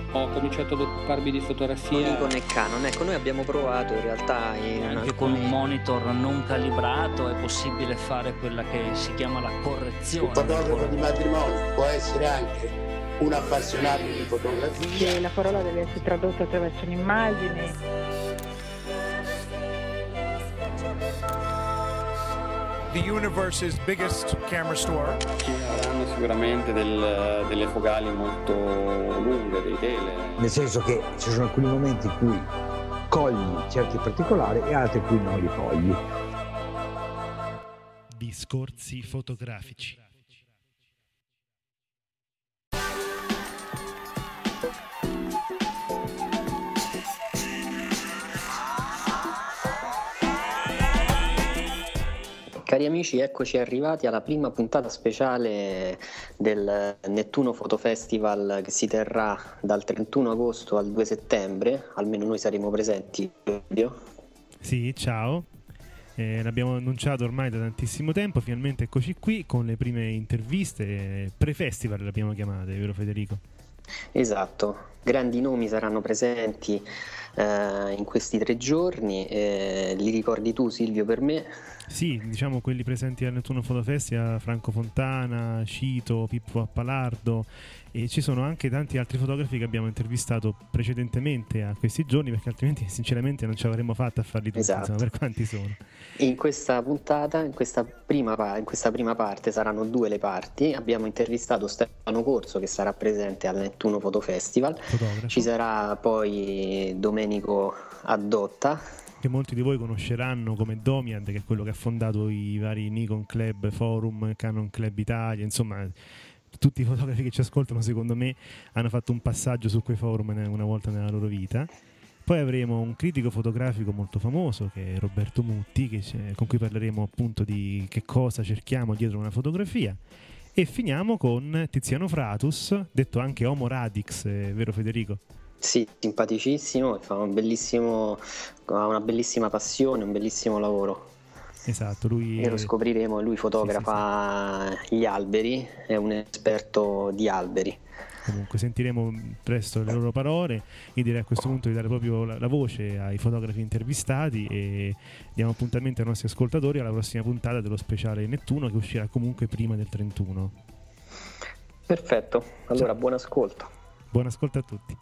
ho cominciato ad occuparmi di fotografia. Nikon e Canon, ecco, noi abbiamo provato in realtà anche con un monitor non calibrato è possibile fare quella che si chiama la correzione. Un fotografo di matrimonio può essere anche un appassionato di fotografia. La parola deve essere tradotta attraverso un'immagine. The universe's biggest camera store. Ci saranno sicuramente delle focali molto lunghe, dei tele. Nel senso che ci sono alcuni momenti in cui cogli certi particolari e altri in cui non li cogli. Discorsi fotografici. Cari amici, eccoci arrivati alla prima puntata speciale del Nettuno Photo Festival che si terrà dal 31 agosto al 2 settembre, almeno noi saremo presenti. Sì, ciao. L'abbiamo annunciato ormai da tantissimo tempo, finalmente eccoci qui con le prime interviste, pre-festival le abbiamo chiamate, vero Federico? Esatto, grandi nomi saranno presenti in questi 3 giorni, li ricordi tu Silvio per me? Sì, diciamo quelli presenti al Nettuno Photo Festival, Franco Fontana, Cito, Pippo Appalardo, e ci sono anche tanti altri fotografi che abbiamo intervistato precedentemente a questi giorni, perché altrimenti sinceramente non ce l'avremmo fatta a farli tutti, esatto. Insomma, per quanti sono. In questa puntata, in questa prima parte, saranno 2 le parti. Abbiamo intervistato Stefano Corso che sarà presente al Nettuno Photo Festival, fotografo. Ci sarà poi Domenico Addotta, che molti di voi conosceranno come Domiad, che è quello che ha fondato i vari Nikon Club, Forum, Canon Club Italia, insomma tutti i fotografi che ci ascoltano secondo me hanno fatto un passaggio su quei forum una volta nella loro vita. Poi avremo un critico fotografico molto famoso che è Roberto Mutti, con cui parleremo appunto di che cosa cerchiamo dietro una fotografia, e finiamo con Tiziano Fratus, detto anche Homo Radix, vero Federico? Sì, simpaticissimo, fa ha una bellissima passione, un bellissimo lavoro. Esatto, lui lo scopriremo, lui fotografa gli alberi, è un esperto di alberi. Comunque sentiremo presto le loro parole. Io direi a questo punto di dare proprio la voce ai fotografi intervistati e diamo appuntamento ai nostri ascoltatori alla prossima puntata dello speciale Nettuno, che uscirà comunque prima del 31. Perfetto, allora buon ascolto. Buon ascolto a tutti.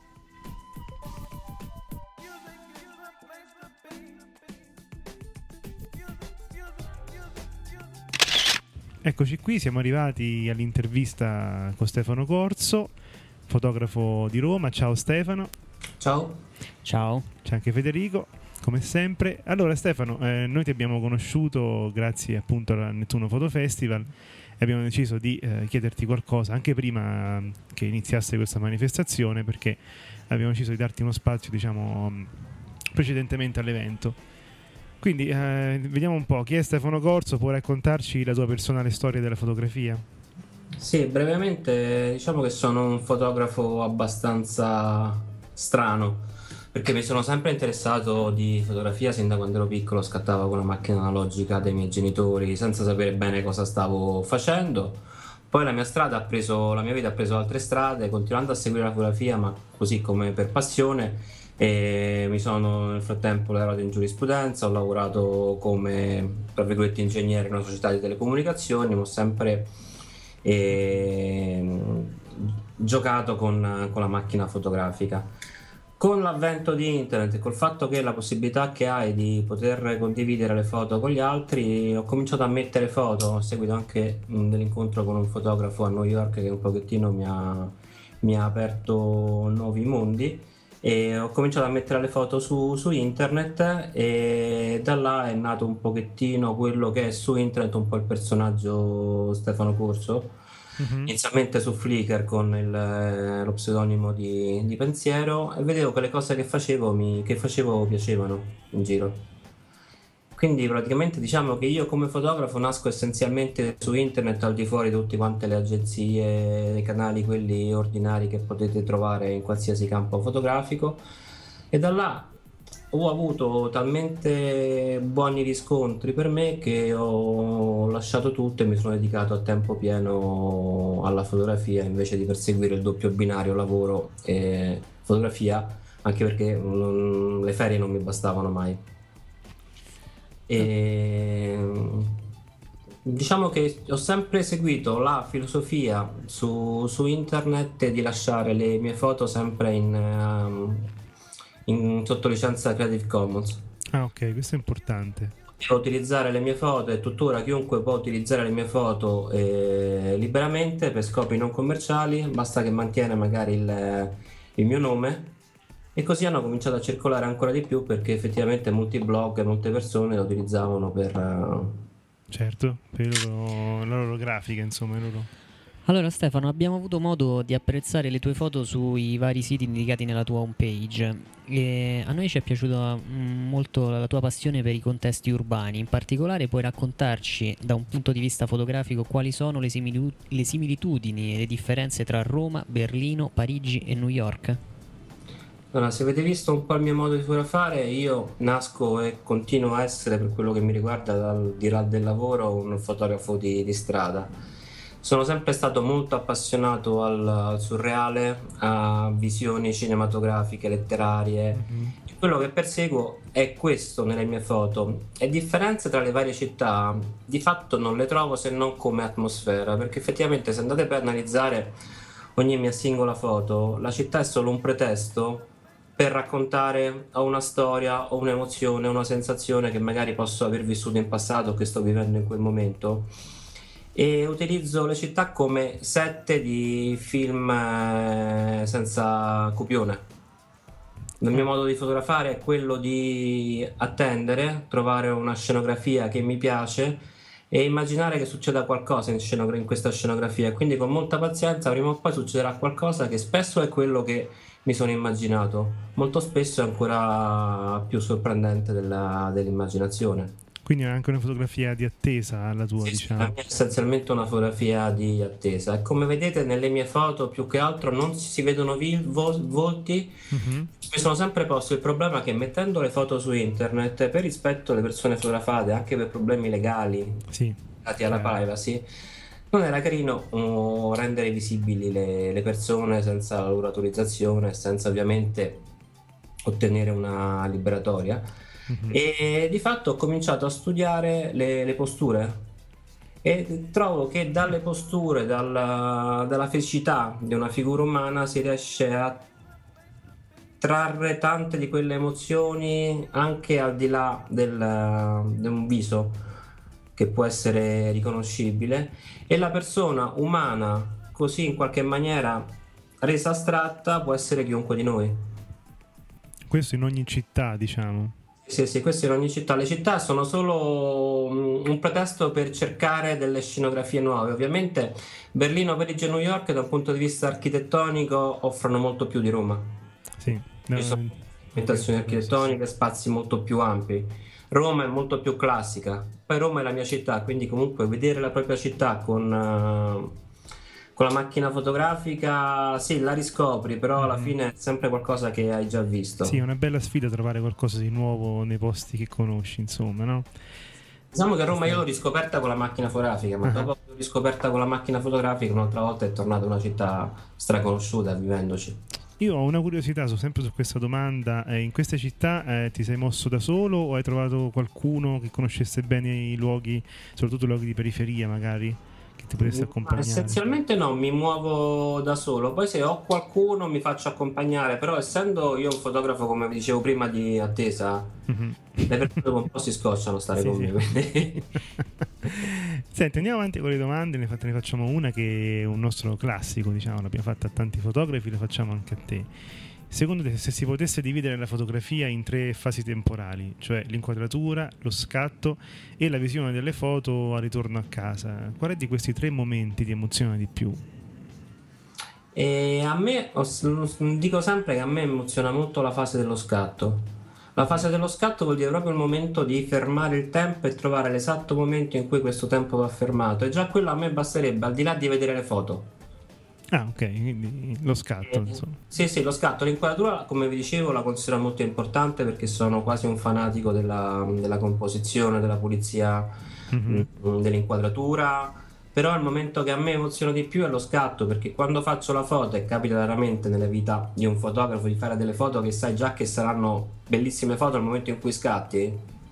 Eccoci qui, siamo arrivati all'intervista con Stefano Corso, fotografo di Roma. Ciao Stefano. Ciao. Ciao. C'è anche Federico, come sempre. Allora Stefano, noi ti abbiamo conosciuto grazie appunto al Nettuno Photo Festival e abbiamo deciso di chiederti qualcosa anche prima che iniziasse questa manifestazione, perché abbiamo deciso di darti uno spazio, diciamo, precedentemente all'evento. Quindi vediamo un po', chi è Stefano Corso? Può raccontarci la tua personale storia della fotografia? Sì, brevemente diciamo che sono un fotografo abbastanza strano, perché mi sono sempre interessato di fotografia sin da quando ero piccolo, scattavo con la macchina analogica dei miei genitori senza sapere bene cosa stavo facendo. Poi la mia vita ha preso altre strade, continuando a seguire la fotografia, ma così come per passione. E mi sono nel frattempo laureato in giurisprudenza, ho lavorato come tra virgolette ingegnere in una società di telecomunicazioni, ho sempre giocato con la macchina fotografica. Con l'avvento di internet e col fatto che la possibilità che hai di poter condividere le foto con gli altri, ho cominciato a mettere foto. Ho seguito anche dell'incontro con un fotografo a New York che un pochettino mi ha aperto nuovi mondi, e ho cominciato a mettere le foto su internet, e da là è nato un pochettino quello che è su internet un po' il personaggio Stefano Corso. Inizialmente su Flickr con lo pseudonimo di Pensiero, e vedevo che le cose che facevo piacevano in giro. Quindi praticamente diciamo che io come fotografo nasco essenzialmente su internet, al di fuori di tutte quante le agenzie, i canali, quelli ordinari che potete trovare in qualsiasi campo fotografico, e da là ho avuto talmente buoni riscontri per me che ho lasciato tutto e mi sono dedicato a tempo pieno alla fotografia invece di perseguire il doppio binario lavoro e fotografia, anche perché le ferie non mi bastavano mai. E diciamo che ho sempre seguito la filosofia su internet di lasciare le mie foto sempre in sotto licenza Creative Commons. Ah, ok, questo è importante. Devo utilizzare le mie foto e tuttora chiunque può utilizzare le mie foto liberamente per scopi non commerciali, basta che mantiene magari il mio nome, e così hanno cominciato a circolare ancora di più perché effettivamente molti blog e molte persone lo utilizzavano per... Certo, per la loro grafica, insomma, Allora Stefano, abbiamo avuto modo di apprezzare le tue foto sui vari siti indicati nella tua homepage e a noi ci è piaciuta molto la tua passione per i contesti urbani. In particolare puoi raccontarci da un punto di vista fotografico quali sono le similitudini e le differenze tra Roma, Berlino, Parigi e New York? Allora, se avete visto un po' il mio modo di fotografare, io nasco e continuo a essere, per quello che mi riguarda, di là del lavoro, un fotografo di strada. Sono sempre stato molto appassionato al surreale, a visioni cinematografiche, letterarie. Quello che perseguo è questo nelle mie foto, e differenze tra le varie città di fatto non le trovo se non come atmosfera, perché effettivamente se andate per analizzare ogni mia singola foto, la città è solo un pretesto per raccontare o una storia o un'emozione, una sensazione che magari posso aver vissuto in passato o che sto vivendo in quel momento. E utilizzo le città come set di film senza copione. Il mio modo di fotografare è quello di attendere, trovare una scenografia che mi piace e immaginare che succeda qualcosa in questa scenografia, quindi con molta pazienza prima o poi succederà qualcosa che spesso è quello che mi sono immaginato, molto spesso è ancora più sorprendente dell'immaginazione. Quindi è anche una fotografia di attesa la tua, Sì, diciamo. è essenzialmente una fotografia di attesa, e come vedete nelle mie foto più che altro non si vedono volti. Mi sono sempre posto il problema che mettendo le foto su internet, per rispetto alle persone fotografate, anche per problemi legali legati alla privacy, non era carino rendere visibili le persone senza la loro autorizzazione, senza ovviamente ottenere una liberatoria. E di fatto ho cominciato a studiare le posture e trovo che dalle posture, dalla fisicità di una figura umana si riesce a trarre tante di quelle emozioni anche al di là di un viso che può essere riconoscibile, e la persona umana così in qualche maniera resa astratta può essere chiunque di noi. Questo in ogni città, diciamo. Sì, questo in ogni città. Le città sono solo un pretesto per cercare delle scenografie nuove. Ovviamente Berlino, Parigi e New York da un punto di vista architettonico offrono molto più di Roma. Sì. Ci sono ambientazioni architettoniche, spazi molto più ampi. Roma è molto più classica. Poi Roma è la mia città, quindi comunque vedere la propria città con la macchina fotografica, sì, la riscopri, però alla fine è sempre qualcosa che hai già visto. Sì, è una bella sfida trovare qualcosa di nuovo nei posti che conosci, insomma, no? Diciamo che Roma io l'ho riscoperta con la macchina fotografica, ma dopo che l'ho riscoperta con la macchina fotografica un'altra volta è tornata una città straconosciuta vivendoci. Io ho una curiosità sempre su questa domanda. In queste città ti sei mosso da solo o hai trovato qualcuno che conoscesse bene i luoghi, soprattutto i luoghi di periferia magari, che ti potesse accompagnare? Essenzialmente no, mi muovo da solo, poi se ho qualcuno mi faccio accompagnare, però essendo io un fotografo, come vi dicevo prima, di attesa, le persone dopo un po' si scocciano stare con me. Quindi... Senti, andiamo avanti con le domande, ne facciamo una che è un nostro classico, diciamo, l'abbiamo fatta a tanti fotografi, la facciamo anche a te. Secondo te, se si potesse dividere la fotografia in 3 fasi temporali, cioè l'inquadratura, lo scatto e la visione delle foto al ritorno a casa, quale di questi 3 momenti ti emoziona di più? E a me, dico sempre che a me emoziona molto la fase dello scatto. La fase dello scatto vuol dire proprio il momento di fermare il tempo e trovare l'esatto momento in cui questo tempo va fermato, e già quello a me basterebbe, al di là di vedere le foto. Ah, ok, quindi lo scatto, insomma. Sì, lo scatto, l'inquadratura, come vi dicevo, la considero molto importante perché sono quasi un fanatico della composizione, della pulizia, dell'inquadratura. Però il momento che a me emoziona di più è lo scatto, perché quando faccio la foto, e capita raramente nella vita di un fotografo di fare delle foto che sai già che saranno bellissime foto al momento in cui scatti,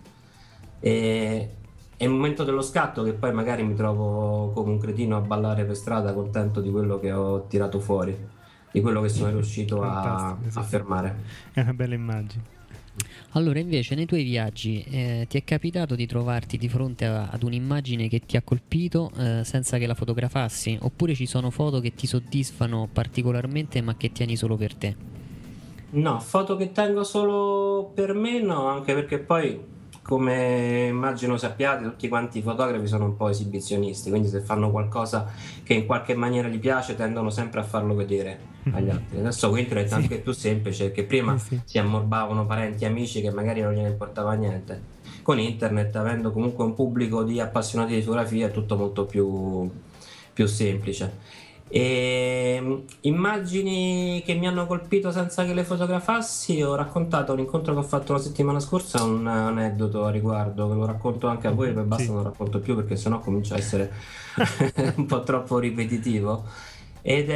e è il momento dello scatto che poi magari mi trovo come un cretino a ballare per strada, contento di quello che ho tirato fuori, di quello che sono riuscito a fermare. È una bella immagine. Allora, invece, nei tuoi viaggi ti è capitato di trovarti di fronte ad un'immagine che ti ha colpito senza che la fotografassi? Oppure ci sono foto che ti soddisfano particolarmente ma che tieni solo per te? No, foto che tengo solo per me no, anche perché poi, come immagino sappiate, tutti quanti i fotografi sono un po' esibizionisti, quindi se fanno qualcosa che in qualche maniera gli piace tendono sempre a farlo vedere agli altri. Adesso con internet è anche più semplice, perché prima si ammorbavano parenti e amici che magari non gliene importava niente. Con internet, avendo comunque un pubblico di appassionati di fotografia, è tutto molto più semplice. E immagini che mi hanno colpito senza che le fotografassi, ho raccontato un incontro che ho fatto la settimana scorsa, un aneddoto a riguardo, ve lo racconto anche a voi, poi basta, non lo racconto più perché sennò comincia a essere un po' troppo ripetitivo. Mi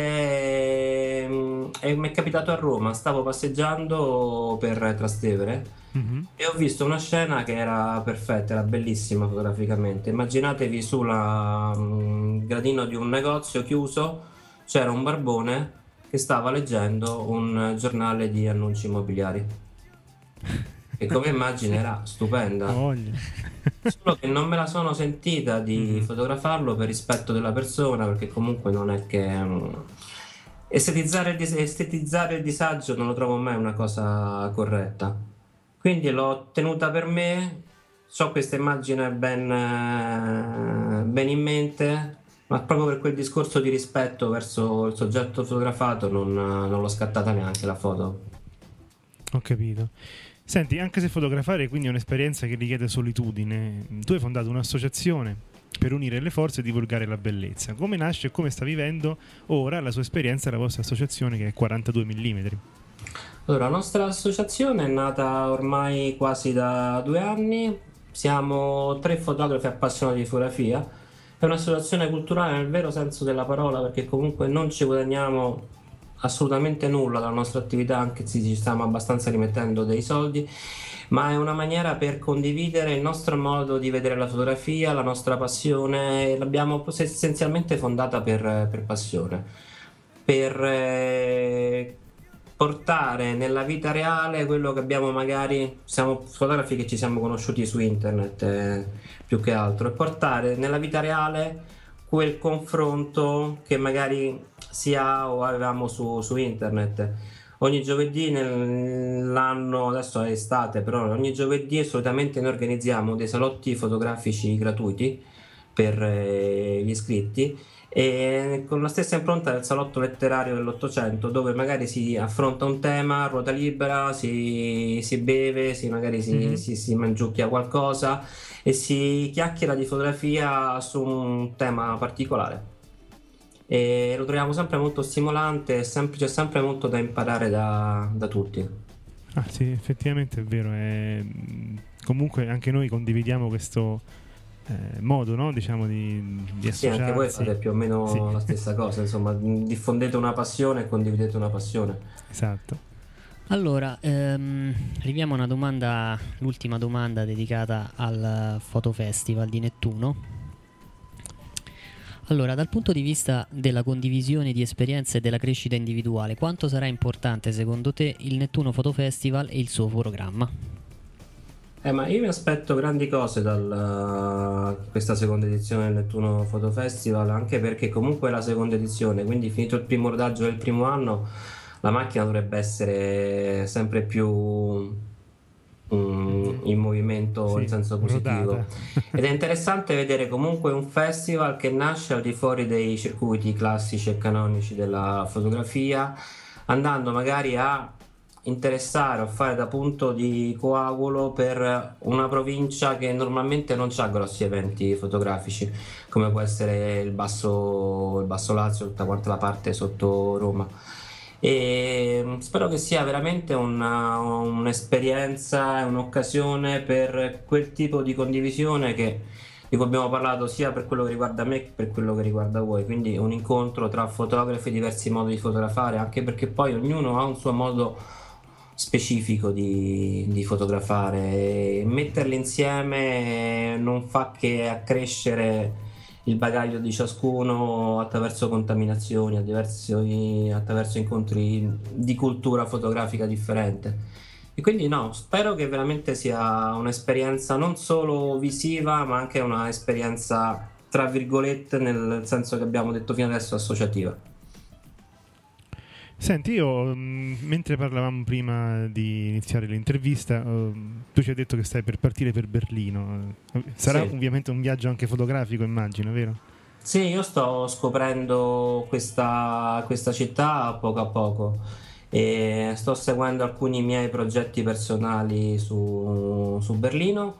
è capitato a Roma, stavo passeggiando per Trastevere e ho visto una scena che era perfetta, era bellissima fotograficamente. Immaginatevi sul gradino di un negozio chiuso c'era un barbone che stava leggendo un giornale di annunci immobiliari e come immagine era stupenda. Solo che non me la sono sentita di fotografarlo per rispetto della persona, perché comunque non è che estetizzare il disagio non lo trovo mai una cosa corretta, quindi l'ho tenuta per me. So questa immagine ben in mente, ma proprio per quel discorso di rispetto verso il soggetto fotografato non l'ho scattata neanche la foto. Ho capito. Senti, anche se fotografare quindi è un'esperienza che richiede solitudine, tu hai fondato un'associazione per unire le forze e divulgare la bellezza. Come nasce e come sta vivendo ora la sua esperienza e la vostra associazione, che è 42 mm? Allora, la nostra associazione è nata ormai quasi da 2 anni, siamo 3 fotografi appassionati di fotografia, è un'associazione culturale nel vero senso della parola, perché comunque non ci guadagniamo assolutamente nulla dalla nostra attività, anche se ci stiamo abbastanza rimettendo dei soldi, ma è una maniera per condividere il nostro modo di vedere la fotografia, la nostra passione. L'abbiamo essenzialmente fondata per passione, per portare nella vita reale quello che abbiamo, magari siamo fotografi che ci siamo conosciuti su internet più che altro, e portare nella vita reale quel confronto che magari si ha o avevamo su internet. Ogni giovedì nell'anno, adesso è estate, però ogni giovedì solitamente noi organizziamo dei salotti fotografici gratuiti per gli iscritti, e con la stessa impronta del salotto letterario dell'Ottocento, dove magari si affronta un tema a ruota libera, si beve, magari si mangiucchia qualcosa e si chiacchiera di fotografia su un tema particolare, e lo troviamo sempre molto stimolante, c'è sempre molto da imparare da tutti. Ah sì, effettivamente è vero, comunque anche noi condividiamo questo modo, no? Diciamo di associarsi. Sì, anche voi fate più o meno la stessa cosa, insomma, diffondete una passione e condividete una passione. Esatto. Allora, arriviamo a una domanda, l'ultima domanda dedicata al Fotofestival di Nettuno. Allora, dal punto di vista della condivisione di esperienze e della crescita individuale, quanto sarà importante secondo te il Nettuno Fotofestival e il suo programma? Ma io mi aspetto grandi cose da questa seconda edizione del Nettuno Fotofestival, anche perché comunque è la seconda edizione, quindi finito il primo rodaggio del primo anno la macchina dovrebbe essere sempre più in movimento, in senso positivo. Ed è interessante vedere comunque un festival che nasce al di fuori dei circuiti classici e canonici della fotografia, andando magari a interessare o fare da punto di coagulo per una provincia che normalmente non ha grossi eventi fotografici, come può essere il Basso Lazio, tutta quanta la parte sotto Roma. E spero che sia veramente un'esperienza, un'occasione per quel tipo di condivisione di cui abbiamo parlato, sia per quello che riguarda me che per quello che riguarda voi, quindi un incontro tra fotografi, diversi modi di fotografare, anche perché poi ognuno ha un suo modo specifico di fotografare, e metterli insieme non fa che accrescere il bagaglio di ciascuno attraverso contaminazioni, attraverso incontri di cultura fotografica differente. E quindi spero che veramente sia un'esperienza non solo visiva, ma anche un'esperienza, tra virgolette, nel senso che abbiamo detto fino adesso, associativa. Senti, io mentre parlavamo prima di iniziare l'intervista, tu ci hai detto che stai per partire per Berlino. Sarà ovviamente un viaggio anche fotografico, immagino, vero? Sì, io sto scoprendo questa città a poco e sto seguendo alcuni miei progetti personali su Berlino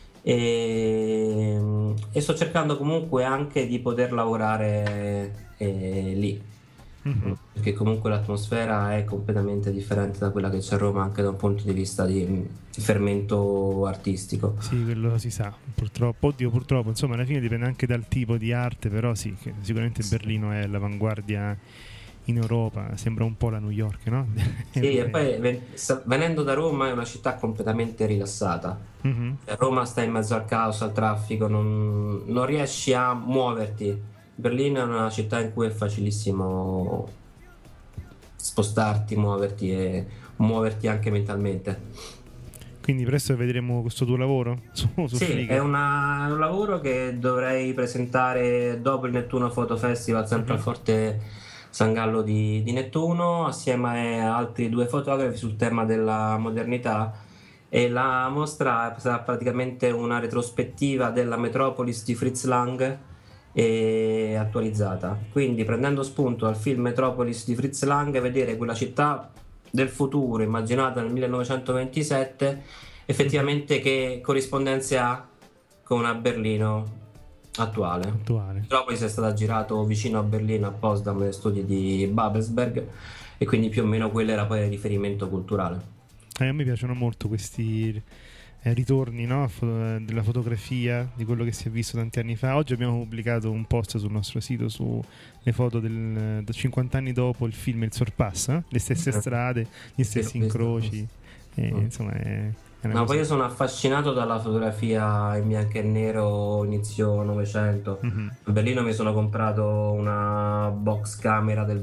e sto cercando comunque anche di poter lavorare lì. Perché comunque l'atmosfera è completamente differente da quella che c'è a Roma, anche da un punto di vista di fermento artistico. Sì, quello si sa, purtroppo, insomma alla fine dipende anche dal tipo di arte, però sì, che sicuramente Berlino è all'avanguardia in Europa, sembra un po' la New York, no? Sì, e poi venendo da Roma è una città completamente rilassata. Roma sta in mezzo al caos, al traffico, non riesci a muoverti. Berlino è una città in cui è facilissimo spostarti, muoverti e muoverti anche mentalmente. Quindi presto vedremo questo tuo lavoro su Sì, Flickr. è un lavoro che dovrei presentare dopo il Nettuno Photo Festival, sempre al Forte San Gallo di Nettuno, assieme a altri 2 fotografi sul tema della modernità. E la mostra sarà praticamente una retrospettiva della Metropolis di Fritz Lang e attualizzata, quindi prendendo spunto dal film Metropolis di Fritz Lang, vedere quella città del futuro immaginata nel 1927 effettivamente che corrispondenze ha con una Berlino attuale. Metropolis è stata girato vicino a Berlino, a Potsdam, negli studi di Babelsberg, e quindi più o meno quello era poi il riferimento culturale. A me piacciono molto questi ritorni, no? Della fotografia, di quello che si è visto tanti anni fa. Oggi abbiamo pubblicato un post sul nostro sito sulle foto da 50 anni dopo il film Il Sorpasso, le stesse strade, gli stessi incroci, insomma poi io sono affascinato dalla fotografia in bianco e nero inizio Novecento. A Berlino mi sono comprato una box camera del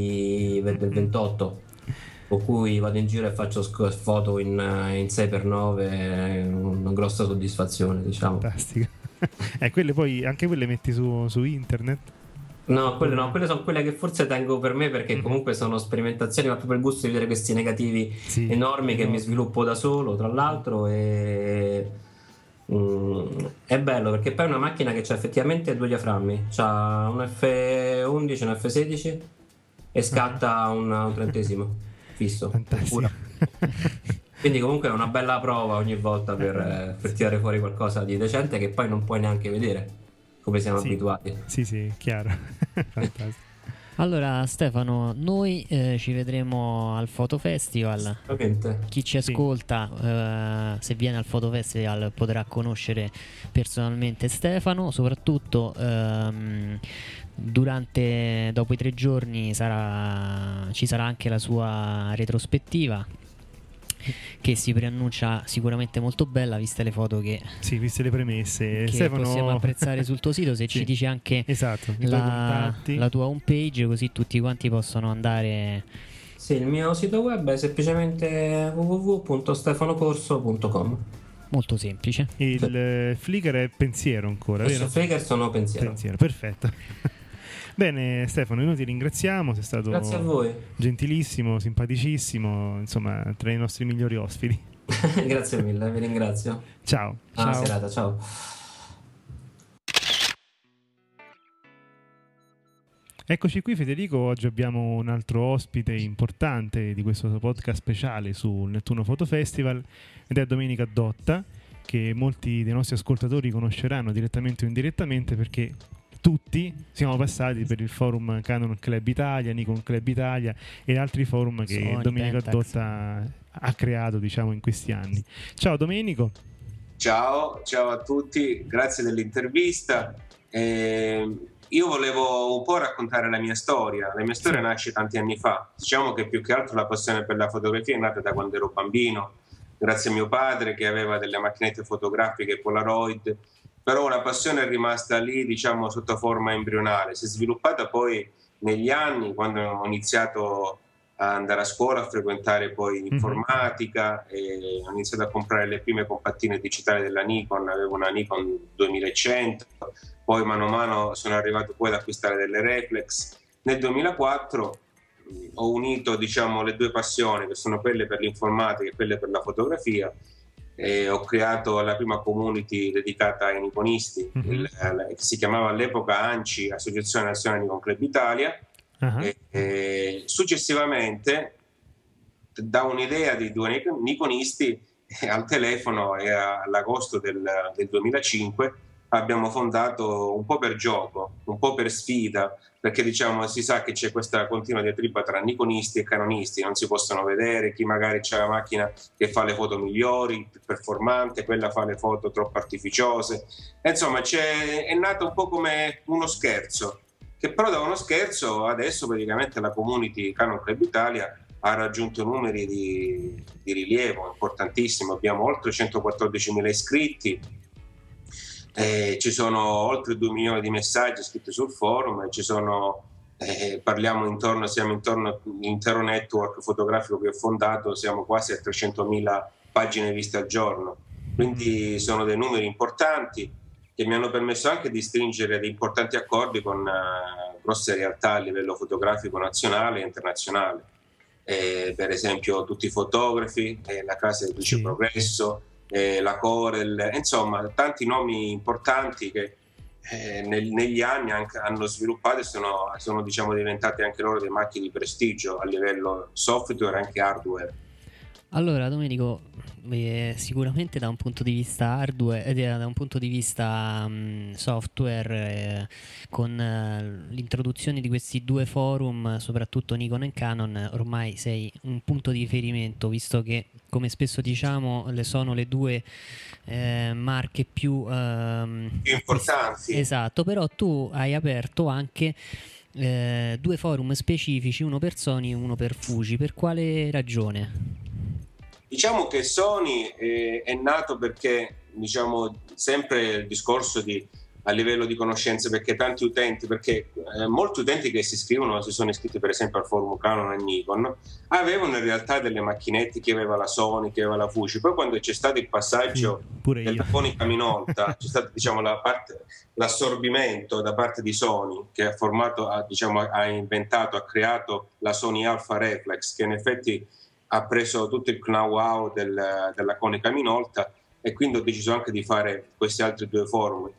28, con cui vado in giro e faccio foto in 6x9, è una grossa soddisfazione, diciamo. Fantastica. Quelle poi, anche quelle metti su internet? No, quelle sono quelle che forse tengo per me, perché comunque sono sperimentazioni, ma proprio il gusto di vedere questi negativi enormi che mi sviluppo da solo, tra l'altro, e è bello perché poi è una macchina che c'ha effettivamente 2 diaframmi, c'ha un F11 e un F16 e scatta un trentesimo fisso. Fantastico. Quindi comunque è una bella prova ogni volta per tirare fuori qualcosa di decente che poi non puoi neanche vedere, come siamo abituati. Sì, chiaro. Fantastico. Allora Stefano, noi ci vedremo al Photo Festival. Chi ci ascolta, se viene al Photo Festival, potrà conoscere personalmente Stefano. Soprattutto dopo i 3 giorni ci sarà anche la sua retrospettiva, che si preannuncia sicuramente molto bella, viste le foto viste le premesse che Stefano... possiamo apprezzare sul tuo sito. Se ci dici anche la tua homepage, così tutti quanti possono andare. Sì, il mio sito web è semplicemente www.stefanocorso.com. Molto semplice. Il Flickr è Pensiero ancora, vero? Il Flickr sono Pensiero, perfetto. Bene Stefano, noi ti ringraziamo, sei stato grazie a voi, gentilissimo, simpaticissimo, insomma tra i nostri migliori ospiti. Grazie mille, vi ringrazio. Ciao. Buona serata, ciao. Eccoci qui Federico, oggi abbiamo un altro ospite importante di questo podcast speciale sul Nettuno Photo Festival ed è Domenica Dotta, che molti dei nostri ascoltatori conosceranno direttamente o indirettamente perché tutti siamo passati per il forum Canon Club Italia, Nikon Club Italia e altri forum che Sony, Domenica Pentax Dotta ha creato, diciamo, in questi anni. Ciao Domenico. Ciao a tutti, grazie dell'intervista. Io volevo un po' raccontare la mia storia. La mia storia nasce tanti anni fa. Diciamo che più che altro la passione per la fotografia è nata da quando ero bambino, grazie a mio padre che aveva delle macchinette fotografiche Polaroid, però la passione è rimasta lì, diciamo, sotto forma embrionale. Si è sviluppata poi negli anni, quando ho iniziato a andare a scuola, a frequentare poi informatica, e ho iniziato a comprare le prime compattine digitali della Nikon. Avevo una Nikon 2100, poi mano a mano sono arrivato poi ad acquistare delle reflex. Nel 2004 ho unito, diciamo, le due passioni, che sono quelle per l'informatica e quelle per la fotografia, e ho creato la prima community dedicata ai nikonisti, che si chiamava all'epoca ANCI, Associazione Nazionale Nikon Club Italia. E successivamente, da un'idea di due nikonisti, al telefono, e all'agosto del 2005 abbiamo fondato, un po' per gioco, un po' per sfida, perché diciamo si sa che c'è questa continua diatriba tra nikonisti e canonisti, non si possono vedere, chi magari c'ha la macchina che fa le foto migliori, più performante, quella fa le foto troppo artificiose, e insomma è nato un po' come uno scherzo, che però da uno scherzo adesso praticamente la community Canon Club Italia ha raggiunto numeri di rilievo importantissimo. Abbiamo oltre 114.000 iscritti, ci sono oltre 2 milioni di messaggi scritti sul forum, e ci sono, siamo intorno all'intero network fotografico che ho fondato, siamo quasi a 300.000 pagine viste al giorno, quindi sono dei numeri importanti che mi hanno permesso anche di stringere dei importanti accordi con grosse realtà a livello fotografico nazionale e internazionale, per esempio tutti i fotografi, la casa editrice Progresso, la Corel, insomma tanti nomi importanti che negli anni hanno sviluppato e sono diciamo diventati anche loro dei marchi di prestigio a livello software e anche hardware. Allora Domenico, sicuramente da un punto di vista hardware, da un punto di vista software, con l'introduzione di questi due forum, soprattutto Nikon e Canon, ormai sei un punto di riferimento, visto che, come spesso diciamo, sono le due marche più importanti. Esatto, però tu hai aperto anche due forum specifici, uno per Sony e uno per Fuji. Per quale ragione? Diciamo che Sony è nato perché, diciamo, sempre il discorso a livello di conoscenze, perché tanti utenti, molti utenti che si sono iscritti per esempio al forum Canon e Nikon, avevano in realtà delle macchinette, che aveva la Sony, che aveva la Fuji. Poi quando c'è stato il passaggio della Konica Minolta, c'è stato, diciamo, l'assorbimento da parte di Sony, che ha inventato, ha creato la Sony Alpha Reflex, che in effetti ha preso tutto il know-how della Konica Minolta, e quindi ho deciso anche di fare questi altri due forum.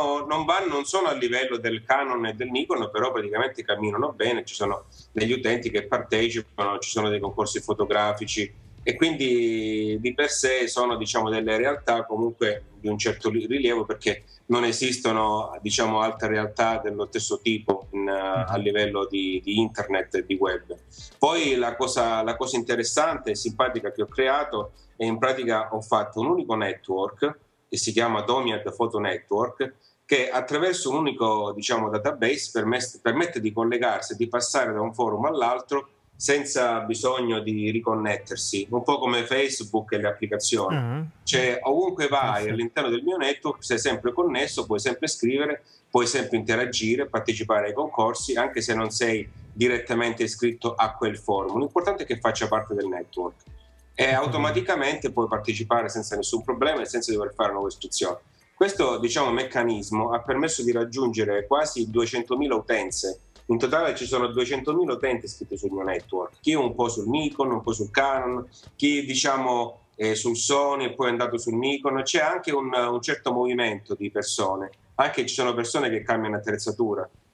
Non sono a livello del Canon e del Nikon, però praticamente camminano bene, ci sono degli utenti che partecipano, ci sono dei concorsi fotografici, e quindi di per sé sono, diciamo, delle realtà comunque di un certo rilievo, perché non esistono, diciamo, altre realtà dello stesso tipo a livello di internet e di web. Poi la cosa interessante e simpatica che ho creato è, in pratica, ho fatto un unico network che si chiama Domiad Photo Network, che attraverso un unico, diciamo, database permette di collegarsi e di passare da un forum all'altro senza bisogno di riconnettersi, un po' come Facebook e le applicazioni. Cioè, ovunque vai all'interno del mio network sei sempre connesso, puoi sempre scrivere, puoi sempre interagire, partecipare ai concorsi, anche se non sei direttamente iscritto a quel forum. L'importante è che faccia parte del network, e automaticamente puoi partecipare senza nessun problema e senza dover fare nuove iscrizioni. Questo, diciamo, meccanismo ha permesso di raggiungere quasi 200.000 utenze. In totale ci sono 200.000 utenti iscritti sul mio network, chi un po' sul Nikon, un po' sul Canon, chi, diciamo, sul Sony e poi è andato sul Nikon. C'è anche un certo movimento di persone, anche ci sono persone che cambiano attrezzatura,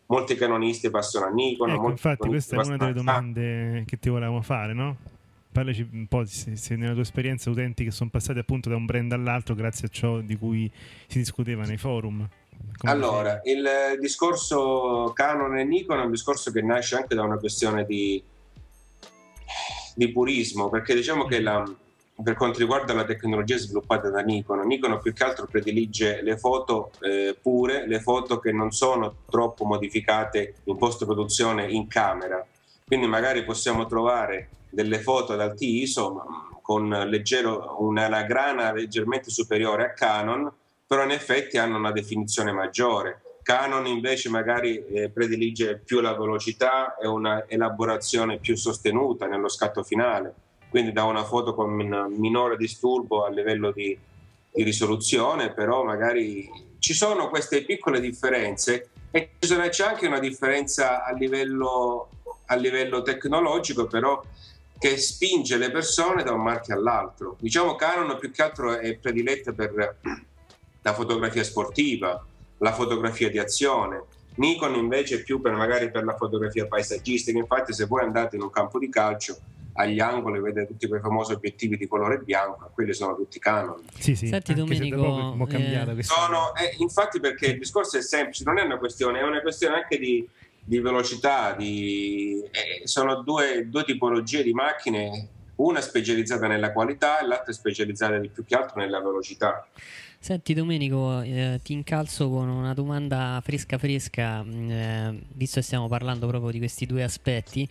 molti canonisti passano a Nikon. Ecco, infatti questa è una delle domande che ti volevamo fare, no? Parlaci un po' se nella tua esperienza utenti che sono passati appunto da un brand all'altro grazie a ciò di cui si discuteva nei forum. Allora, il discorso Canon e Nikon è un discorso che nasce anche da una questione di purismo, perché diciamo che per quanto riguarda la tecnologia sviluppata da Nikon più che altro predilige le foto pure, le foto che non sono troppo modificate in post-produzione in camera. Quindi magari possiamo trovare delle foto ad alti ISO con una grana leggermente superiore a Canon, però in effetti hanno una definizione maggiore. Canon invece magari predilige più la velocità e una elaborazione più sostenuta nello scatto finale, quindi dà una foto con minore disturbo a livello di risoluzione, però magari ci sono queste piccole differenze e c'è anche una differenza a livello tecnologico, però che spinge le persone da un marchio all'altro. Diciamo Canon più che altro è prediletta per la fotografia sportiva, la fotografia di azione. Nikon invece è più magari per la fotografia paesaggistica. Infatti se voi andate in un campo di calcio, agli angoli vedete tutti quei famosi obiettivi di colore bianco, quelli sono tutti Canon. Sì. Senti Domenico, infatti, perché il discorso è semplice, non è una questione, è una questione anche di velocità, sono due tipologie di macchine, una specializzata nella qualità e l'altra specializzata di più che altro nella velocità. Senti Domenico, ti incalzo con una domanda fresca, visto che stiamo parlando proprio di questi due aspetti,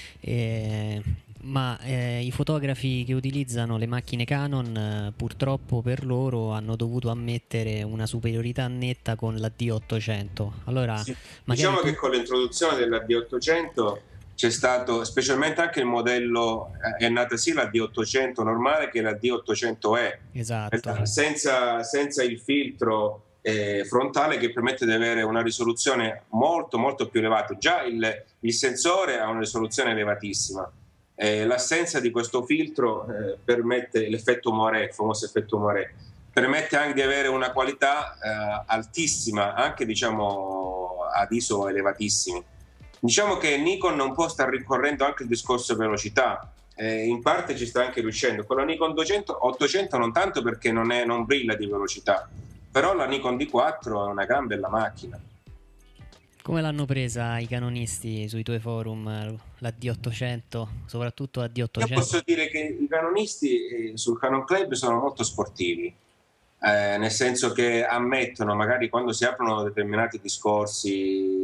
ma i fotografi che utilizzano le macchine Canon purtroppo per loro hanno dovuto ammettere una superiorità netta con la D800. Allora, sì, diciamo che con l'introduzione della D800 c'è stato, specialmente anche il modello, è nata sì la D800 normale che la D800E, esatto, senza il filtro frontale che permette di avere una risoluzione molto molto più elevata. Già il sensore ha una risoluzione elevatissima, l'assenza di questo filtro permette l'effetto Moiré, il famoso effetto Moiré, permette anche di avere una qualità altissima, anche diciamo ad ISO elevatissimi. Diciamo che Nikon un po' sta ricorrendo anche il discorso velocità, in parte ci sta anche riuscendo. Con la Nikon 800 non tanto perché non brilla di velocità, però la Nikon D4 è una gran bella macchina. Come l'hanno presa i canonisti sui tuoi forum, la D800, soprattutto la D800? Io posso dire che i canonisti sul Canon Club sono molto sportivi, nel senso che ammettono, magari quando si aprono determinati discorsi,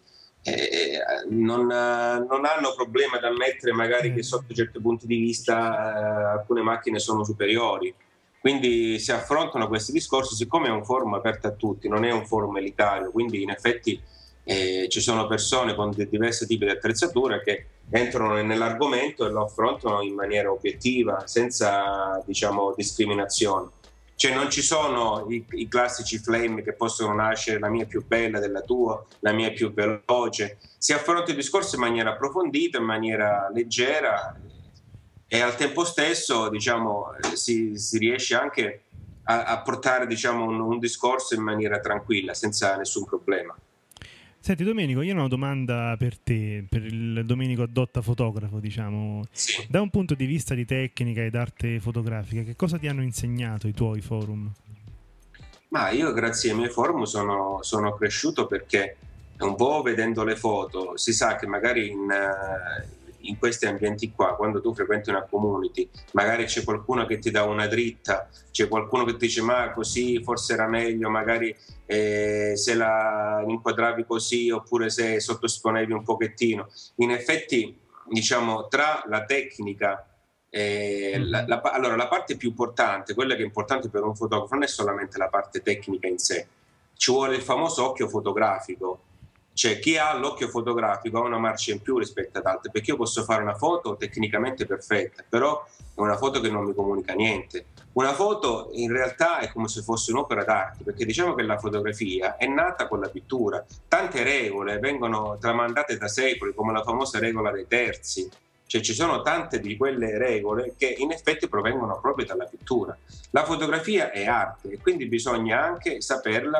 non hanno problema ad ammettere magari che sotto certi punti di vista alcune macchine sono superiori, quindi si affrontano questi discorsi. Siccome è un forum aperto a tutti, non è un forum elitario, quindi in effetti ci sono persone con diversi tipi di attrezzature che entrano nell'argomento e lo affrontano in maniera obiettiva, senza diciamo discriminazioni. Cioè non ci sono i classici flame che possono nascere, la mia è più bella della tua, la mia è più veloce. Si affronta il discorso in maniera approfondita, in maniera leggera, e al tempo stesso diciamo si riesce anche a portare diciamo un discorso in maniera tranquilla, senza nessun problema. Senti Domenico, io ho una domanda per te, per il Domenico Adotta fotografo, diciamo. Sì. Da un punto di vista di tecnica ed arte fotografica, che cosa ti hanno insegnato i tuoi forum? Ma io grazie ai miei forum sono cresciuto, perché un po' vedendo le foto si sa che magari in questi ambienti qua, quando tu frequenti una community, magari c'è qualcuno che ti dà una dritta, c'è qualcuno che ti dice ma così forse era meglio, magari se la inquadravi così, oppure se sottoesponevi un pochettino. In effetti diciamo tra la tecnica allora la parte più importante, quella che è importante per un fotografo, non è solamente la parte tecnica in sé, ci vuole il famoso occhio fotografico. Cioè chi ha l'occhio fotografico ha una marcia in più rispetto ad altri, perché io posso fare una foto tecnicamente perfetta, però è una foto che non mi comunica niente. Una foto in realtà è come se fosse un'opera d'arte, perché diciamo che la fotografia è nata con la pittura. Tante regole vengono tramandate da secoli, come la famosa regola dei terzi. Cioè ci sono tante di quelle regole che in effetti provengono proprio dalla pittura. La fotografia è arte e quindi bisogna anche saperla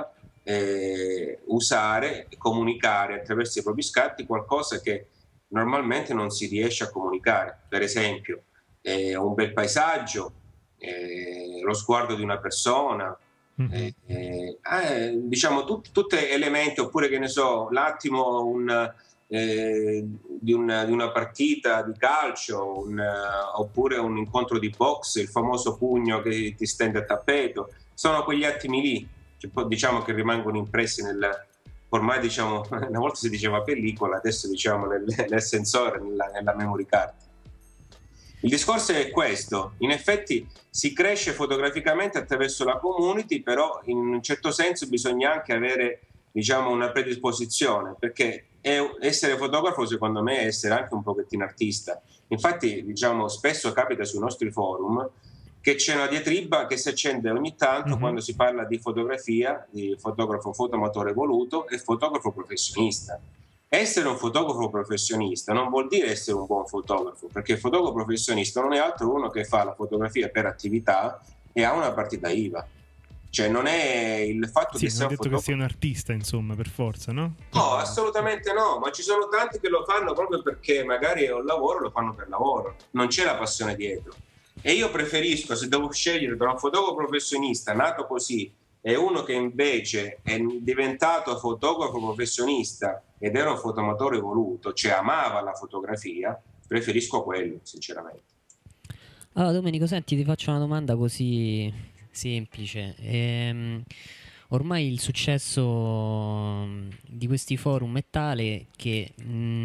usare e comunicare attraverso i propri scatti qualcosa che normalmente non si riesce a comunicare. Per esempio un bel paesaggio, lo sguardo di una persona, diciamo tutti elementi, oppure che ne so, l'attimo di una partita di calcio, oppure un incontro di box, il famoso pugno che ti stende a tappeto. Sono quegli attimi lì che poi diciamo che rimangono impressi ormai diciamo, una volta si diceva pellicola, adesso diciamo nel sensore, nella memory card. Il discorso è questo: in effetti si cresce fotograficamente attraverso la community, però in un certo senso bisogna anche avere, diciamo, una predisposizione, perché essere fotografo secondo me è essere anche un pochettino artista. Infatti, diciamo, spesso capita sui nostri forum che c'è una diatriba che si accende ogni tanto quando si parla di fotografia, di fotografo fotoamatore evoluto e fotografo professionista. Essere un fotografo professionista non vuol dire essere un buon fotografo, perché il fotografo professionista non è altro uno che fa la fotografia per attività e ha una partita IVA. Cioè non è il fatto che sia non è detto che sia un artista, insomma, per forza, no? No, assolutamente no, ma ci sono tanti che lo fanno proprio perché magari è un lavoro, lo fanno per lavoro, non c'è la passione dietro. E io preferisco, se devo scegliere tra un fotografo professionista nato così e uno che invece è diventato fotografo professionista ed era un fotoamatore evoluto, cioè amava la fotografia, preferisco quello, sinceramente. Allora, Domenico, senti, ti faccio una domanda così semplice. Ormai il successo di questi forum è tale che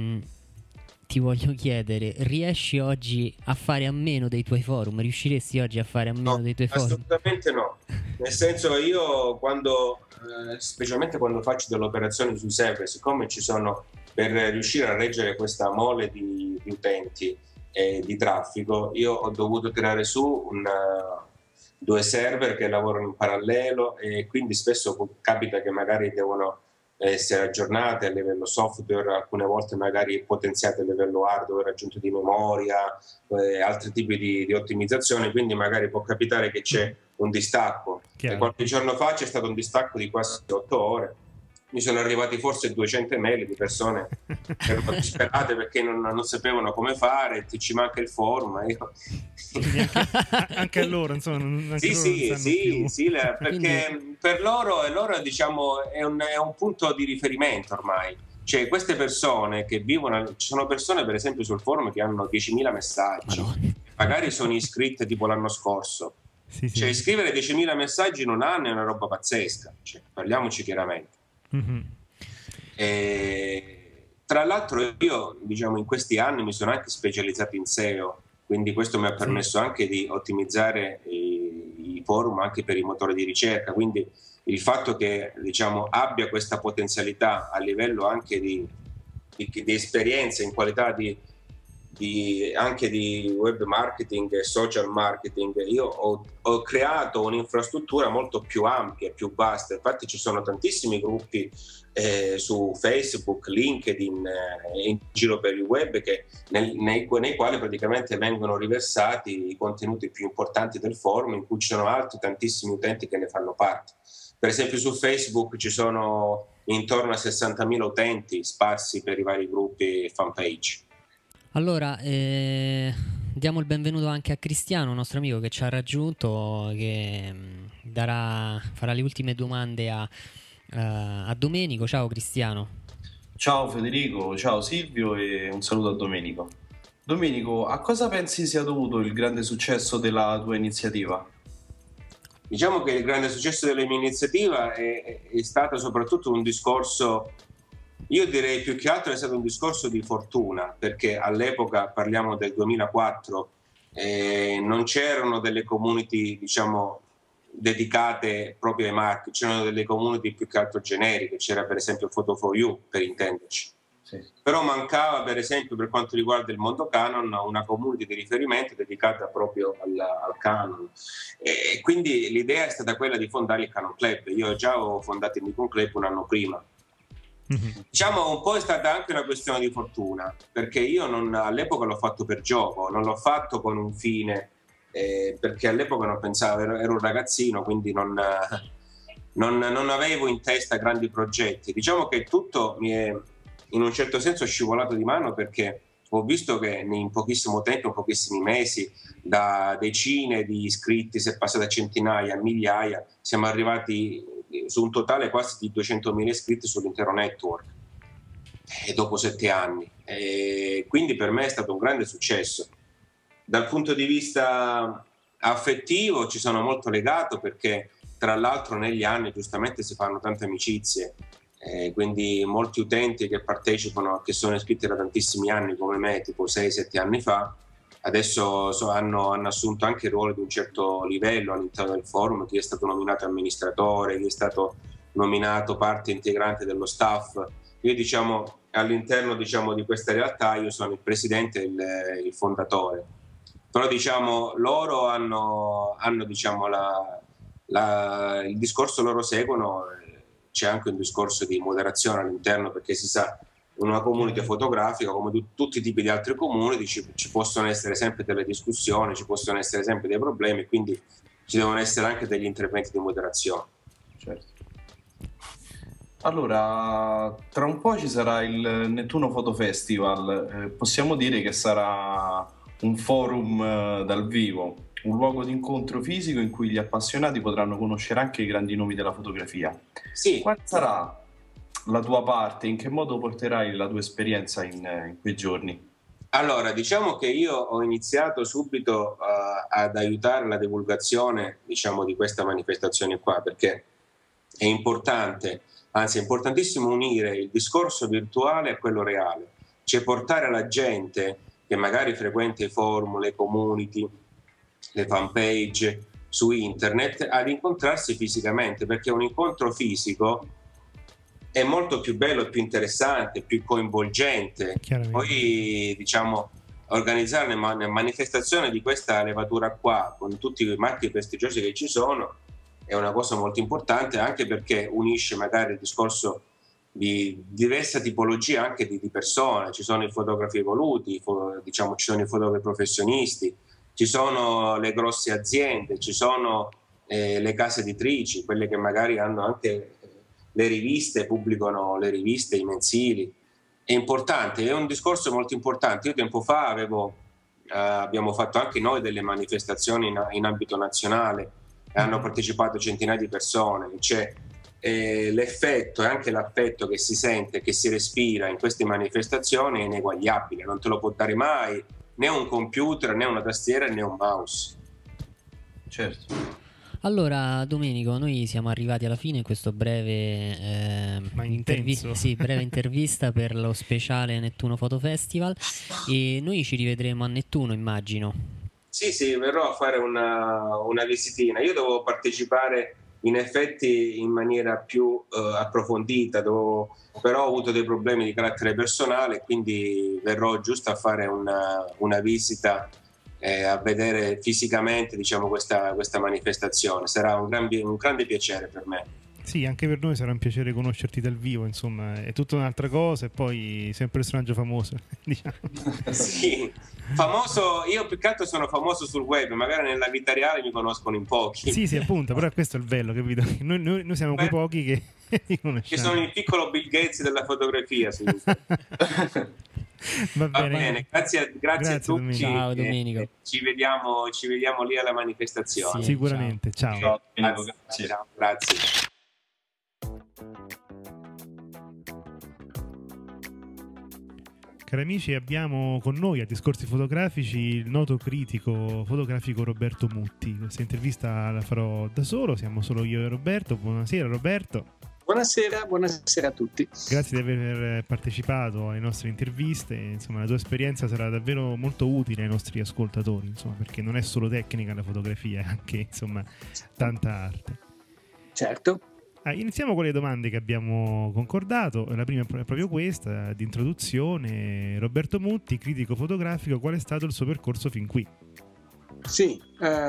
ti voglio chiedere, riesci oggi a fare a meno dei tuoi forum? Riusciresti oggi a fare a meno dei tuoi forum? Assolutamente no. Nel senso, io specialmente quando faccio delle operazioni sui server, siccome ci sono, per riuscire a reggere questa mole di utenti e di traffico, io ho dovuto tirare su 2 server che lavorano in parallelo, e quindi spesso capita che magari devono essere aggiornate a livello software, alcune volte magari potenziate a livello hardware, aggiunto di memoria, altri tipi di ottimizzazione, quindi magari può capitare che c'è un distacco. E qualche giorno fa c'è stato un distacco di quasi 8 ore. Mi sono arrivati forse 200 email di persone che erano disperate perché non sapevano come fare, ti ci manca il forum. Anche a loro, insomma. Sì, perché per loro diciamo è un punto di riferimento ormai. Cioè, queste persone che vivono, ci sono persone per esempio sul forum che hanno 10.000 messaggi, magari sono iscritte tipo l'anno scorso. Cioè, scrivere 10.000 messaggi in un anno è una roba pazzesca, cioè, parliamoci chiaramente. Tra l'altro io, diciamo, in questi anni mi sono anche specializzato in SEO, quindi questo mi ha permesso anche di ottimizzare i forum anche per i motori di ricerca, quindi il fatto che, diciamo, abbia questa potenzialità a livello anche di esperienza in qualità anche di web marketing e social marketing, io ho creato un'infrastruttura molto più ampia, più vasta. Infatti ci sono tantissimi gruppi su Facebook, LinkedIn, in giro per il web, nei quali praticamente vengono riversati i contenuti più importanti del forum, in cui ci sono altri tantissimi utenti che ne fanno parte. Per esempio su Facebook ci sono intorno a 60.000 utenti sparsi per i vari gruppi e fanpage. Allora, diamo il benvenuto anche a Cristiano, nostro amico che ci ha raggiunto, che farà le ultime domande a Domenico. Ciao Cristiano. Ciao Federico, ciao Silvio e un saluto a Domenico. Domenico, a cosa pensi sia dovuto il grande successo della tua iniziativa? Diciamo che il grande successo della mia iniziativa è stato soprattutto un discorso, io direi più che altro è stato un discorso di fortuna, perché all'epoca, parliamo del 2004, non c'erano delle community, diciamo, dedicate proprio ai marchi, c'erano delle community più che altro generiche, c'era per esempio Photo4You, per intenderci. Sì. Però mancava, per esempio, per quanto riguarda il mondo Canon, una community di riferimento dedicata proprio al Canon, e quindi l'idea è stata quella di fondare il Canon Club. Io già ho fondato il Nikon Club un anno prima. Diciamo un po' è stata anche una questione di fortuna, perché io all'epoca l'ho fatto per gioco, non l'ho fatto con un fine, perché all'epoca non pensavo, ero un ragazzino, quindi non non avevo in testa grandi progetti. Diciamo che tutto mi è in un certo senso scivolato di mano, perché ho visto che in pochissimo tempo, in pochissimi mesi, da decine di iscritti si è passato a centinaia, a migliaia, siamo arrivati su un totale quasi di 200.000 iscritti sull'intero network, e dopo 7 anni. E quindi per me è stato un grande successo. Dal punto di vista affettivo ci sono molto legato, perché tra l'altro negli anni giustamente si fanno tante amicizie, quindi molti utenti che partecipano, che sono iscritti da tantissimi anni come me, tipo 6-7 anni fa, adesso hanno assunto anche il ruolo di un certo livello all'interno del forum. Chi è stato nominato amministratore, chi è stato nominato parte integrante dello staff. Io diciamo all'interno di questa realtà io sono il presidente e il fondatore, però diciamo loro hanno diciamo il discorso loro seguono. C'è anche un discorso di moderazione all'interno, perché si sa, in una community fotografica come tutti i tipi di altre community ci possono essere sempre delle discussioni, ci possono essere sempre dei problemi, quindi ci devono essere anche degli interventi di moderazione. Certo. Allora, tra un po' ci sarà il Nettuno Photo Festival, possiamo dire che sarà un forum dal vivo, un luogo di incontro fisico in cui gli appassionati potranno conoscere anche i grandi nomi della fotografia. Sì. Qual sarà la tua parte? In che modo porterai la tua esperienza in quei giorni? Allora, diciamo che io ho iniziato subito ad aiutare la divulgazione, diciamo, di questa manifestazione qua, perché è importante, anzi è importantissimo unire il discorso virtuale a quello reale, cioè portare alla gente che magari frequenta i forum, le community, le fanpage su internet, ad incontrarsi fisicamente, perché un incontro fisico è molto più bello, più interessante, più coinvolgente. Poi diciamo organizzare una manifestazione di questa levatura qua, con tutti i marchi prestigiosi che ci sono, è una cosa molto importante, anche perché unisce magari il discorso di diversa tipologia anche di persone. Ci sono i fotografi evoluti, diciamo, ci sono i fotografi professionisti, ci sono le grosse aziende, ci sono le case editrici, quelle che magari hanno anche le riviste, pubblicano le riviste, i mensili. È importante, è un discorso molto importante. Io tempo fa abbiamo fatto anche noi delle manifestazioni in ambito nazionale e hanno partecipato centinaia di persone. C'è l'effetto e anche l'affetto che si sente, che si respira in queste manifestazioni è ineguagliabile, non te lo può dare mai né un computer, né una tastiera, né un mouse. Certo. Allora, Domenico, noi siamo arrivati alla fine in questo breve breve intervista per lo speciale Nettuno Photo Festival, e noi ci rivedremo a Nettuno, immagino. Sì, verrò a fare una visitina. Io devo partecipare in effetti in maniera più approfondita, però ho avuto dei problemi di carattere personale, quindi verrò giusto a fare una visita, a vedere fisicamente, diciamo, questa manifestazione. Sarà un grande piacere per me. Sì, anche per noi sarà un piacere conoscerti dal vivo, insomma, è tutta un'altra cosa, e poi sei un personaggio famoso, diciamo. Sì, famoso, io più che altro sono famoso sul web, magari nella vita reale mi conoscono in pochi. Sì, appunto, però questo è il bello, capito? Noi siamo quei pochi che li conosciamo. Che sono il piccolo Bill Gates della fotografia. Va bene. Grazie a tutti. Domenico. Ciao Domenico. Ci vediamo lì alla manifestazione. Sì, sicuramente. Ciao. Grazie. Cari amici, abbiamo con noi a Discorsi Fotografici il noto critico fotografico Roberto Mutti. Questa intervista la farò da solo, siamo solo io e Roberto. Buonasera Roberto. Buonasera a tutti. Grazie di aver partecipato alle nostre interviste. Insomma, la tua esperienza sarà davvero molto utile ai nostri ascoltatori, insomma, perché non è solo tecnica la fotografia, è anche, insomma, tanta arte. Certo. Iniziamo con le domande che abbiamo concordato. La prima è proprio questa, di introduzione. Roberto Mutti, critico fotografico, qual è stato il suo percorso fin qui? Sì,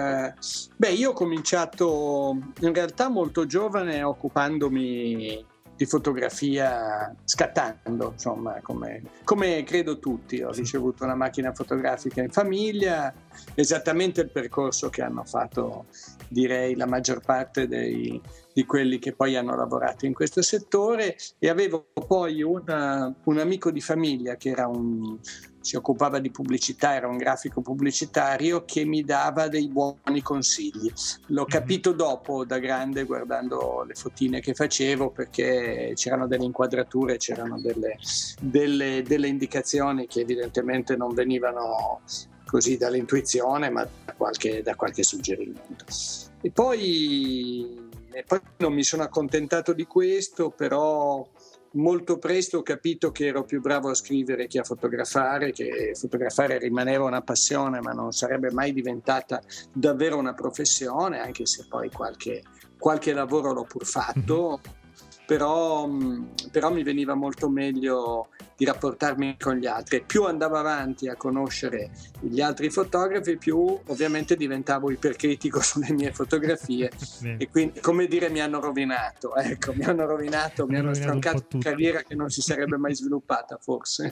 io ho cominciato in realtà molto giovane, occupandomi di fotografia scattando, insomma, come credo tutti. Ho ricevuto una macchina fotografica in famiglia, esattamente il percorso che hanno fatto, direi, la maggior parte di quelli che poi hanno lavorato in questo settore, e avevo poi un amico di famiglia che si occupava di pubblicità, era un grafico pubblicitario, che mi dava dei buoni consigli. L'ho capito dopo, da grande, guardando le fotine che facevo, perché c'erano delle inquadrature, c'erano delle indicazioni che evidentemente non venivano così dall'intuizione, ma da qualche suggerimento. E poi non mi sono accontentato di questo, però molto presto ho capito che ero più bravo a scrivere che a fotografare, che fotografare rimaneva una passione ma non sarebbe mai diventata davvero una professione, anche se poi qualche lavoro l'ho pur fatto. Però mi veniva molto meglio di rapportarmi con gli altri. Più andavo avanti a conoscere gli altri fotografi, più ovviamente diventavo ipercritico sulle mie fotografie e quindi, come dire, mi hanno rovinato, mi hanno stroncato una carriera che non si sarebbe mai sviluppata, forse.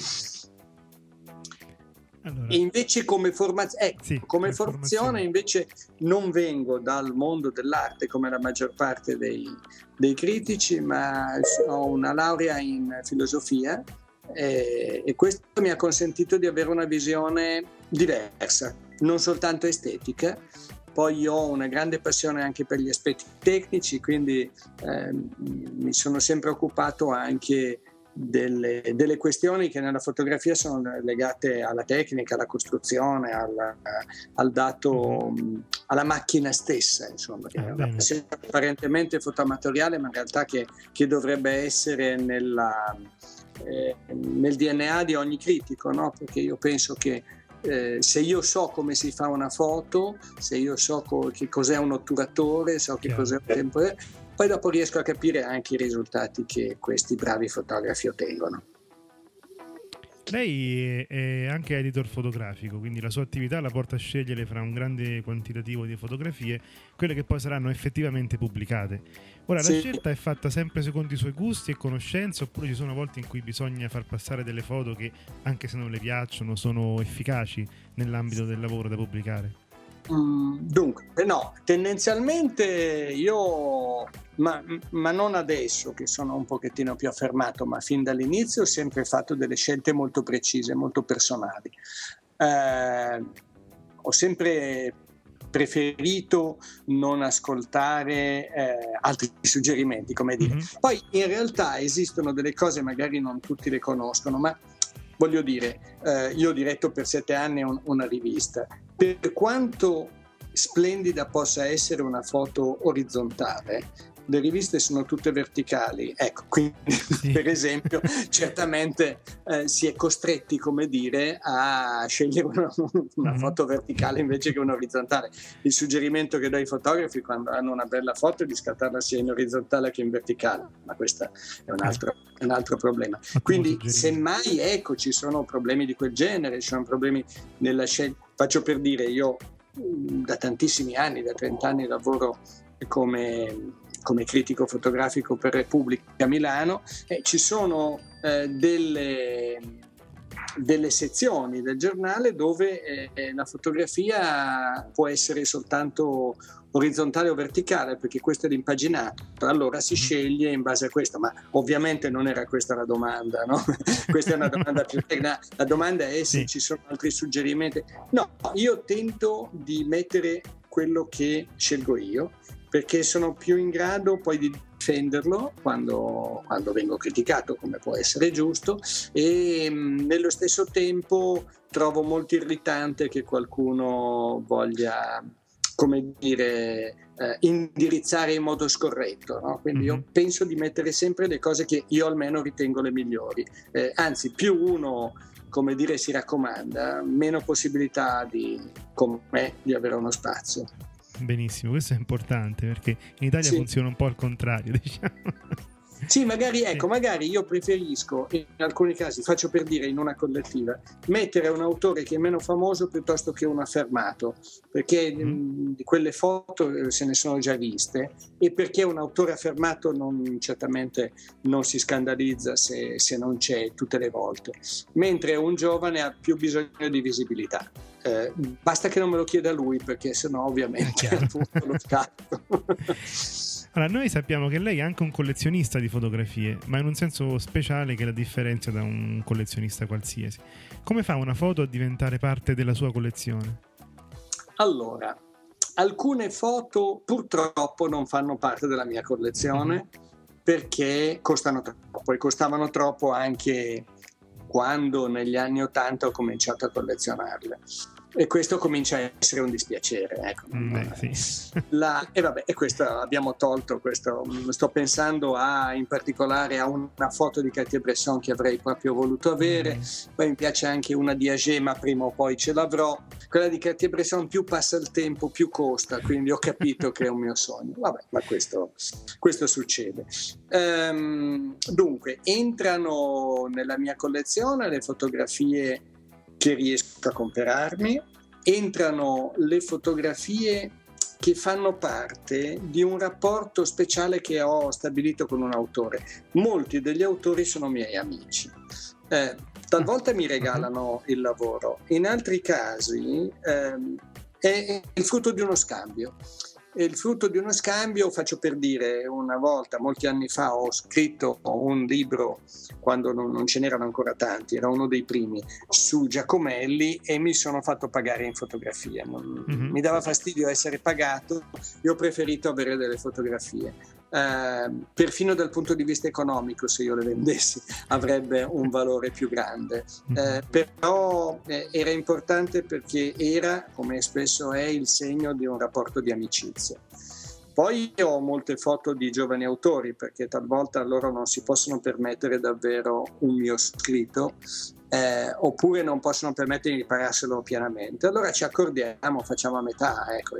Allora. E invece come formazione invece non vengo dal mondo dell'arte come la maggior parte dei critici, ma ho una laurea in filosofia e questo mi ha consentito di avere una visione diversa, non soltanto estetica. Poi io ho una grande passione anche per gli aspetti tecnici, quindi mi sono sempre occupato anche delle questioni che nella fotografia sono legate alla tecnica, alla costruzione, al dato, alla macchina stessa, insomma, che è una passione apparentemente fotoamatoriale, ma in realtà che dovrebbe essere nel DNA di ogni critico, no? Perché io penso che se io so come si fa una foto, se io so che cos'è un otturatore, so che cos'è un tempo, poi dopo riesco a capire anche i risultati che questi bravi fotografi ottengono. Lei è anche editor fotografico, quindi la sua attività la porta a scegliere fra un grande quantitativo di fotografie quelle che poi saranno effettivamente pubblicate. Ora, la scelta è fatta sempre secondo i suoi gusti e conoscenze, oppure ci sono volte in cui bisogna far passare delle foto che, anche se non le piacciono, sono efficaci nell'ambito del lavoro da pubblicare? Dunque, no, tendenzialmente io, ma non adesso che sono un pochettino più affermato, ma fin dall'inizio ho sempre fatto delle scelte molto precise, molto personali. Ho sempre preferito non ascoltare altri suggerimenti, come dire. Poi in realtà esistono delle cose, magari non tutti le conoscono, ma voglio dire, io ho diretto per 7 anni una rivista. Per quanto splendida possa essere una foto orizzontale, le riviste sono tutte verticali, ecco, quindi per esempio certamente si è costretti, come dire, a scegliere una foto verticale invece che una orizzontale. Il suggerimento che do ai fotografi quando hanno una bella foto è di scattarla sia in orizzontale che in verticale, ma questo è un altro problema. Quindi semmai, ecco, ci sono problemi di quel genere, ci sono problemi nella scelta. Faccio per dire, io da tantissimi anni, da 30 anni lavoro come critico fotografico per Repubblica Milano, ci sono delle sezioni del giornale dove la fotografia può essere soltanto orizzontale o verticale, perché questo è l'impaginato, allora si sceglie in base a questo, ma ovviamente non era questa la domanda, no? Questa è una domanda più tecnica. La domanda è se ci sono altri suggerimenti. No, io tento di mettere quello che scelgo io, perché sono più in grado poi di difenderlo quando vengo criticato, come può essere giusto, e nello stesso tempo trovo molto irritante che qualcuno voglia, come dire, indirizzare in modo scorretto, no? Quindi io penso di mettere sempre le cose che io almeno ritengo le migliori, anzi più uno, come dire, si raccomanda, meno possibilità come me di avere uno spazio. Benissimo, questo è importante perché in Italia funziona un po' al contrario, diciamo. Sì, magari io preferisco in alcuni casi, faccio per dire in una collettiva, mettere un autore che è meno famoso piuttosto che un affermato, perché di quelle foto se ne sono già viste, e perché un autore affermato certamente non si scandalizza se non c'è tutte le volte, mentre un giovane ha più bisogno di visibilità. Basta che non me lo chieda lui, perché sennò ovviamente appunto lo scarto. Allora, noi sappiamo che lei è anche un collezionista di fotografie, ma in un senso speciale che la differenzia da un collezionista qualsiasi. Come fa una foto a diventare parte della sua collezione? Allora, alcune foto purtroppo non fanno parte della mia collezione perché costano troppo, e costavano troppo anche quando negli anni '80 ho cominciato a collezionarle. E questo comincia a essere un dispiacere, ecco. Sì. E questo abbiamo tolto questo. Sto pensando in particolare a una foto di Cartier-Bresson che avrei proprio voluto avere. Poi mi piace anche una di Auger, ma prima o poi ce l'avrò. Quella di Cartier-Bresson, più passa il tempo più costa, quindi ho capito che è un mio sogno. Vabbè, ma questo succede. Dunque, entrano nella mia collezione le fotografie che riesco a comprarmi, entrano le fotografie che fanno parte di un rapporto speciale che ho stabilito con un autore. Molti degli autori sono miei amici. Talvolta mi regalano il lavoro, in altri casi è il frutto di uno scambio. Il frutto di uno scambio, faccio per dire, una volta, molti anni fa, ho scritto un libro, quando non ce n'erano ancora tanti, era uno dei primi, su Giacomelli, e mi sono fatto pagare in fotografie. Mi dava fastidio essere pagato, io ho preferito avere delle fotografie. Perfino dal punto di vista economico, se io le vendessi avrebbe un valore più grande, però era importante perché era, come spesso è, il segno di un rapporto di amicizia. Poi ho molte foto di giovani autori, perché talvolta loro non si possono permettere davvero un mio scritto, oppure non possono permettere di pagarselo pienamente. Allora ci accordiamo, facciamo a metà. Ecco,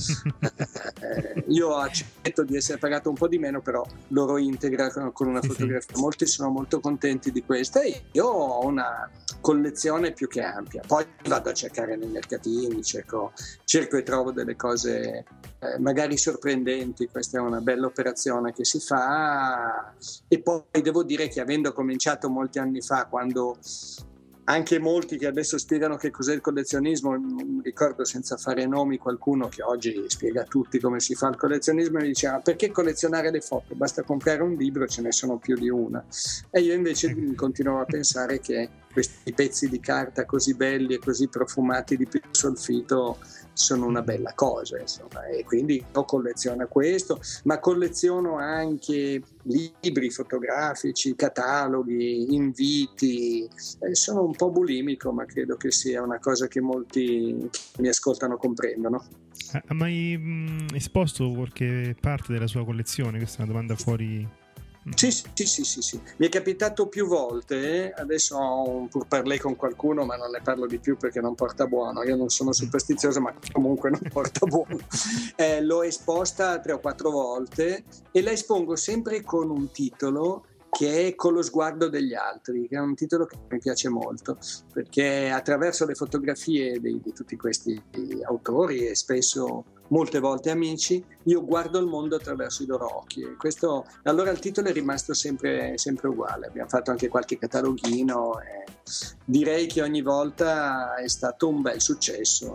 io accetto di essere pagato un po' di meno, però loro integrano con una fotografia. Molti sono molto contenti di questa, e io ho una collezione più che ampia. Poi vado a cercare nei mercatini, cerco e trovo delle cose magari sorprendenti. Questa è una bella operazione che si fa. E poi devo dire che, avendo cominciato molti anni fa, quando anche molti che adesso spiegano che cos'è il collezionismo, ricordo, senza fare nomi, qualcuno che oggi spiega a tutti come si fa il collezionismo, mi diceva: perché collezionare le foto? Basta comprare un libro, ce ne sono più di una. E io invece continuavo a pensare che questi pezzi di carta così belli e così profumati di pietrosolfito sono una bella cosa, insomma, e quindi io colleziono questo, ma colleziono anche libri fotografici, cataloghi, inviti. Sono un po' bulimico, ma credo che sia una cosa che molti che mi ascoltano comprendono. Ha mai esposto qualche parte della sua collezione? Questa è una domanda fuori... Sì. Mi è capitato più volte. Adesso ho un pourparlers con qualcuno, ma non ne parlo di più perché non porta buono. Io non sono superstizioso, ma comunque non porta buono. L'ho esposta 3 o 4 volte e la espongo sempre con un titolo che è Con lo sguardo degli altri, che è un titolo che mi piace molto, perché attraverso le fotografie di tutti questi autori, e spesso molte volte amici, io guardo il mondo attraverso i loro occhi. E questo, allora il titolo è rimasto sempre uguale. Abbiamo fatto anche qualche cataloghino e direi che ogni volta è stato un bel successo.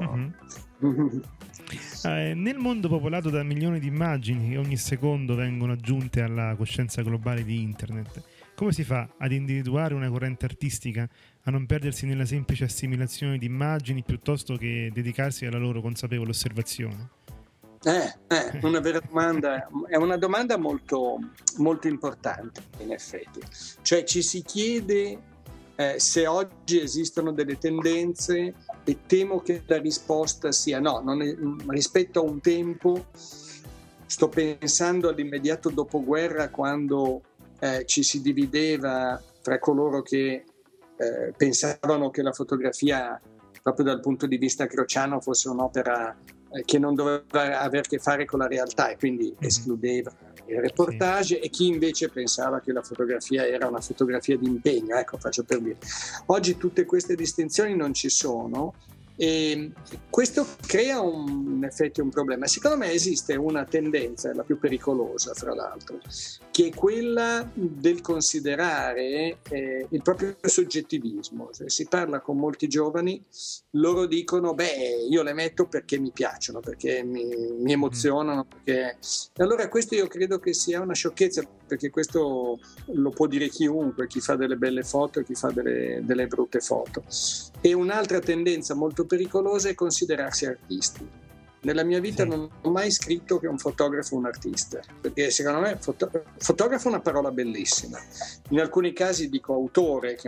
Nel mondo popolato da milioni di immagini che ogni secondo vengono aggiunte alla coscienza globale di internet, come si fa ad individuare una corrente artistica, a non perdersi nella semplice assimilazione di immagini piuttosto che dedicarsi alla loro consapevole osservazione? Una vera domanda, è una domanda molto, molto importante, in effetti. Cioè, ci si chiede se oggi esistono delle tendenze, e temo che la risposta sia no. Rispetto a un tempo, sto pensando all'immediato dopoguerra, quando ci si divideva tra coloro che pensavano che la fotografia, proprio dal punto di vista crociano, fosse un'opera che non doveva avere a che fare con la realtà e quindi escludeva il reportage, e chi invece pensava che la fotografia era una fotografia di impegno, ecco, faccio per dire. Oggi tutte queste distinzioni non ci sono e questo crea in effetti un problema. Secondo me esiste una tendenza, la più pericolosa fra l'altro, che è quella del considerare il proprio soggettivismo. Se si parla con molti giovani, loro dicono io le metto perché mi piacciono, perché mi emozionano, perché... E allora questo io credo che sia una sciocchezza, perché questo lo può dire chiunque, chi fa delle belle foto e chi fa delle brutte foto. E un'altra tendenza molto pericolosa è considerarsi artisti. Nella mia vita non ho mai scritto che un fotografo è un artista, perché secondo me fotografo è una parola bellissima. In alcuni casi dico autore, che